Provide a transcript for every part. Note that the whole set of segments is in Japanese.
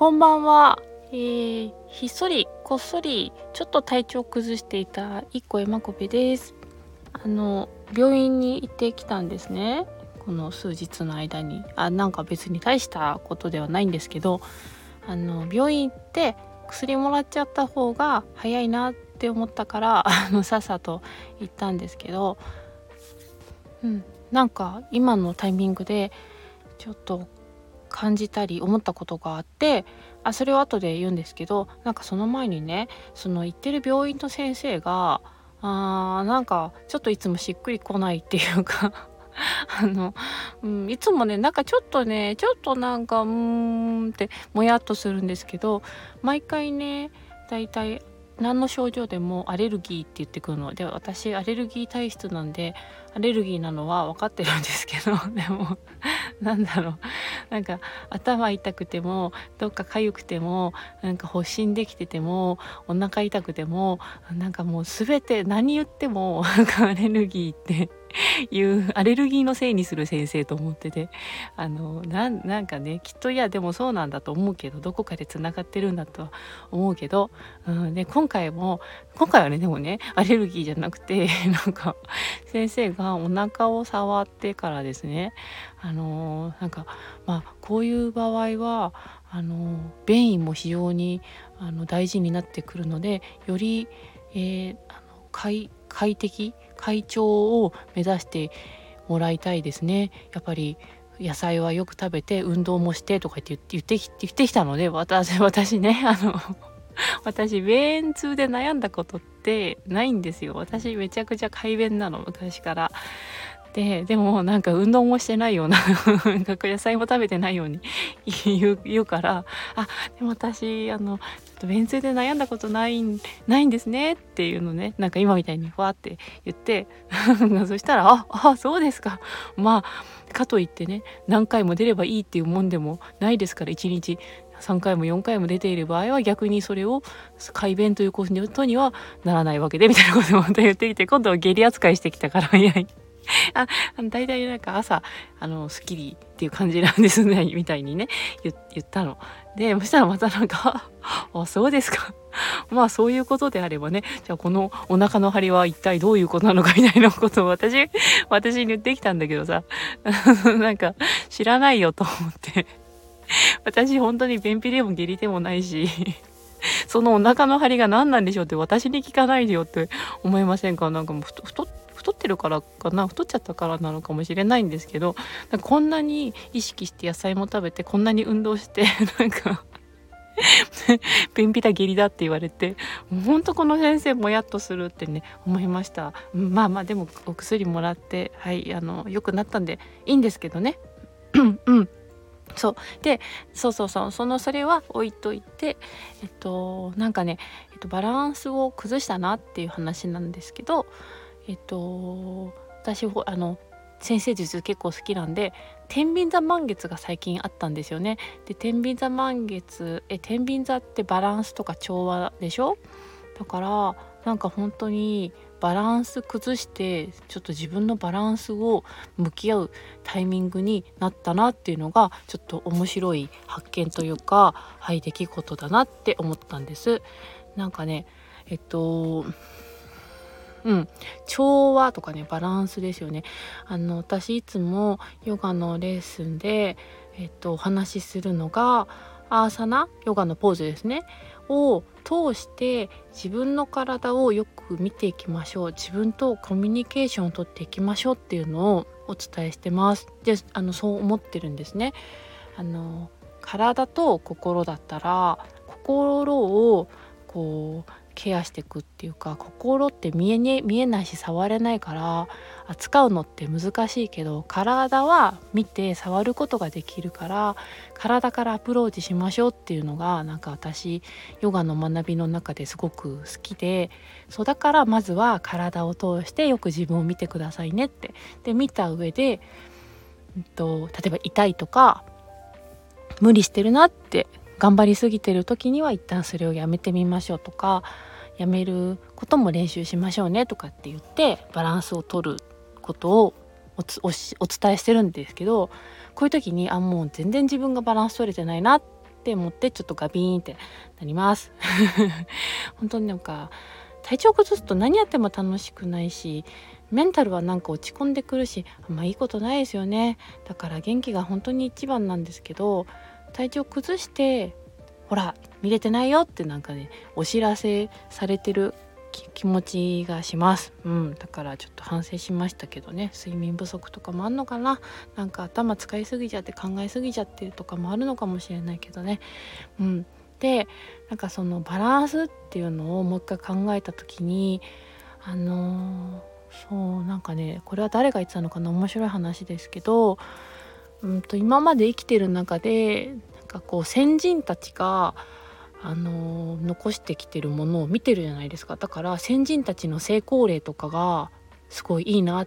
こんばんは。ひっそりこっそりちょっと体調を崩していた一個山こべです。病院に行ってきたんですね。この数日の間になんか別に大したことではないんですけど、病院行って薬もらっちゃった方が早いなって思ったからさっさと行ったんですけど、なんか今のタイミングでちょっと感じたり思ったことがあって、それを後で言うんですけど、なんかその前にね、その行ってる病院の先生がなんかちょっといつもしっくりこないっていうかいつもねなんかちょっとなんかってもやっとするんですけど、毎回ねだいたい何の症状でもアレルギーって言ってくるので、私アレルギー体質なんでアレルギーなのは分かってるんですけどでもなんだろう、なんか頭痛くてもどっか痒くてもなんか発疹できててもお腹痛くてもなんかもう全て何言ってもなんかアレルギーっていうアレルギーのせいにする先生と思ってて、なんかねきっとでもそうなんだと思うけど、どこかでつながってるんだとは思うけど、で今回はねでもねアレルギーじゃなくてなんか先生がお腹を触ってからですね、なんかこういう場合は便意も非常に大事になってくるので、より、快調を目指してもらいたいですね。やっぱり野菜はよく食べて運動もしてとか言ってきたので、私ね私便通で悩んだことってないんですよ。私めちゃくちゃ快便なの、昔から。でもなんか運動もしてないような野菜も食べてないように言うから、でも私ちょっと便通で悩んだことないんですねっていうのね、なんか今みたいにふわって言ってそしたらそうですか、かといってね何回も出ればいいっていうもんでもないですから、1日3回も4回も出ている場合は逆にそれを快便ということにはならないわけでみたいなことをまた言ってきて、今度は下痢扱いしてきたから大体なんか朝スッキリっていう感じなんですねみたいにね言ったので、そしたらまたなんかそうですかそういうことであればね、じゃあこのお腹の張りは一体どういうことなのかみたいなことを私に言ってきたんだけどさなんか知らないよと思って私本当に便秘でも下痢でもないしそのお腹の張りが何なんでしょうって私に聞かないでよって思いませんか？なんかもう太ってるからかな、太っちゃったからなのかもしれないんですけど、なんかこんなに意識して野菜も食べてこんなに運動してなんか便秘だ下痢だって言われて、ほんとこの先生もやっとするってね思いました。でもお薬もらって良くなったんでいいんですけどねそうでそれは置いといて、なんかね、バランスを崩したなっていう話なんですけど、私先生術結構好きなんで、天秤座満月が最近あったんですよね。で天秤座満月天秤座ってバランスとか調和でしょ。だからなんか本当にバランス崩してちょっと自分のバランスを向き合うタイミングになったなっていうのがちょっと面白い発見というか、出来事だなって思ったんです。なんかね調和とかねバランスですよね。私いつもヨガのレッスンでお話しするのがアーサナヨガのポーズですねを通して自分の体をよく見ていきましょう、自分とコミュニケーションをとっていきましょうっていうのをお伝えしてます。でそう思ってるんですね。体と心だったら心をこうケアしていくっていうか、心って見えないし触れないから扱うのって難しいけど、体は見て触ることができるから体からアプローチしましょうっていうのがなんか私ヨガの学びの中ですごく好きで、そうだからまずは体を通してよく自分を見てくださいねって。で見た上で、例えば痛いとか無理してるなって頑張りすぎてる時には一旦それをやめてみましょうとか、やめることも練習しましょうねとかって言ってバランスを取ることをお伝えしてるんですけど、こういう時にもう全然自分がバランス取れてないなっって持ってちょっとガビーンってなります本当になんか体調崩すと何やっても楽しくないし、メンタルはなんか落ち込んでくるし、いいことないですよね。だから元気が本当に一番なんですけど、体調崩してほら見れてないよってなんかねお知らせされてる気持ちがします。だからちょっと反省しましたけどね、睡眠不足とかもあんのかな、なんか頭使いすぎちゃって考えすぎちゃってるとかもあるのかもしれないけどね。でなんかそのバランスっていうのをもう一回考えた時にそうなんかね、これは誰が言ってたのかな、面白い話ですけど、今まで生きてる中でなんかこう先人たちが残してきてるものを見てるじゃないですか。だから先人たちの成功例とかがすごいいいなって、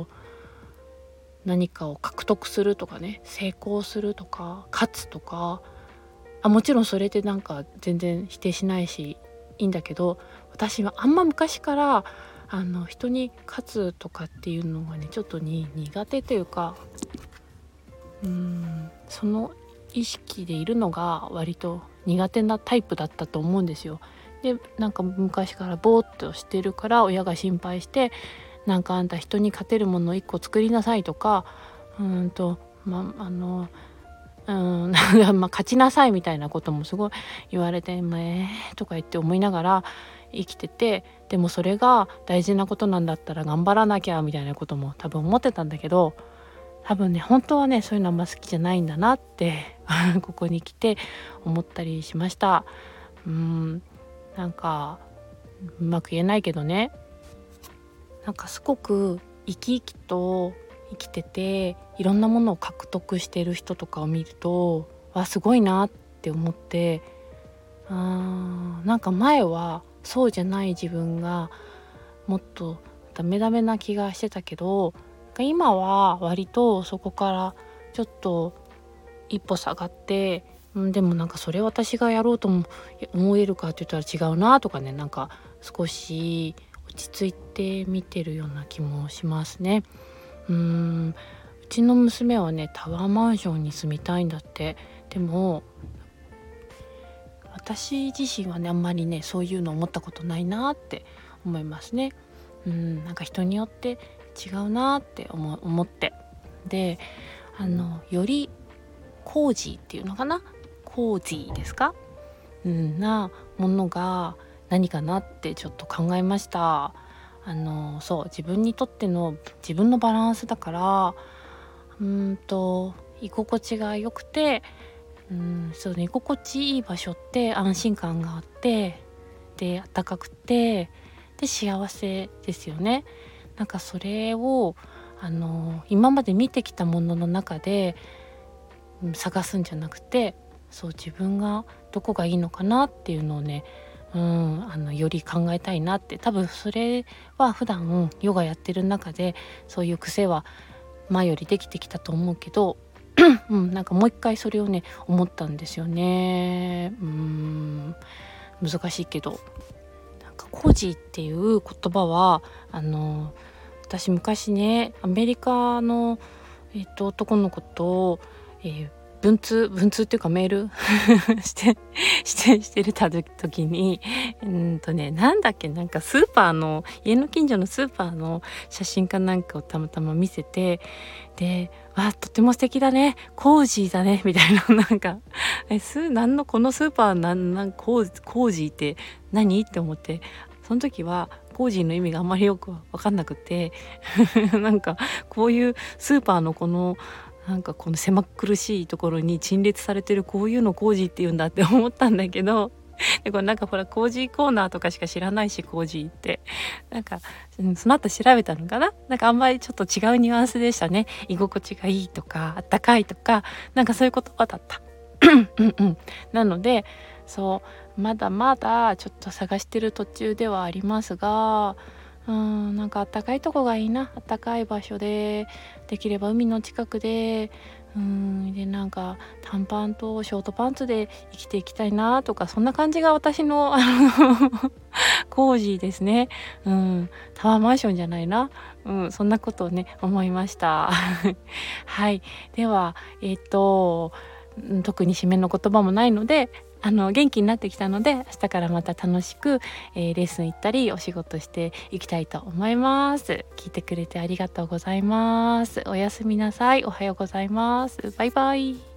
何かを獲得するとかね、成功するとか勝つとか、もちろんそれってなんか全然否定しないしいいんだけど、私はあんま昔から人に勝つとかっていうのがねちょっと苦手というか、その意識でいるのが割と苦手なタイプだったと思うんですよ。でなんか昔からぼーっとしてるから親が心配して、なんかあんた人に勝てるものを1個作りなさいとか、勝ちなさいみたいなこともすごい言われて、とか言って思いながら生きてて、でもそれが大事なことなんだったら頑張らなきゃみたいなことも多分思ってたんだけど、多分ね本当はねそういうのあんま好きじゃないんだなってここに来て思ったりしました。なんかうまく言えないけどね、なんかすごく生き生きと生きてていろんなものを獲得してる人とかを見るとすごいなって思って、なんか前はそうじゃない自分がもっとダメダメな気がしてたけど、今は割とそこからちょっと一歩下がって、でもなんかそれ私がやろうとも思えるかって言ったら違うなとかね、なんか少し落ち着いて見てるような気もしますね。うちの娘はねタワーマンションに住みたいんだって。でも私自身はねあんまりねそういうの思ったことないなって思いますね。なんか人によって違うなって思って、でよりコージーっていうのかな、コージーですか、なものが何かなってちょっと考えました。そう自分にとっての自分のバランスだから、居心地が良くて、そうね、居心地いい場所って安心感があって、で暖かくて、で幸せですよね。なんかそれを今まで見てきたものの中で、探すんじゃなくて、そう自分がどこがいいのかなっていうのをね、より考えたいなって。多分それは普段ヨガやってる中でそういう癖は前よりできてきたと思うけどなんかもう一回それをね思ったんですよね。難しいけど、なんかコージーっていう言葉は私昔ねアメリカの、男の子と、文通っていうかメールしてるた時になんだっけ、なんかスーパーの家の近所のスーパーの写真かなんかをたまたま見せて、でとても素敵だね、コージーだねみたいな、なんかこのスーパーコージーって何って思って、その時はコージーの意味があんまりよく分かんなくてなんかこういうスーパーのこの狭苦しいところに陳列されてるこういうのコージーって言うんだって思ったんだけど、でこれなんかほらコージーコーナーとかしか知らないし、コージーってなんか、その後調べたのかな、なんかあんまりちょっと違うニュアンスでしたね。居心地がいいとかあったかいとか、なんかそういう言葉だったなのでそうまだまだちょっと探してる途中ではありますが、なんかあったかいとこがいいな、あったかい場所で、できれば海の近くで、でなんか短パンとショートパンツで生きていきたいなとか、そんな感じが私のコージーですね。タワーマンションじゃないな、そんなことをね思いましたはい、では特に締めの言葉もないので、元気になってきたので、明日からまた楽しく、レッスン行ったりお仕事していきたいと思います。聞いてくれてありがとうございます。おやすみなさい。おはようございます。バイバイ。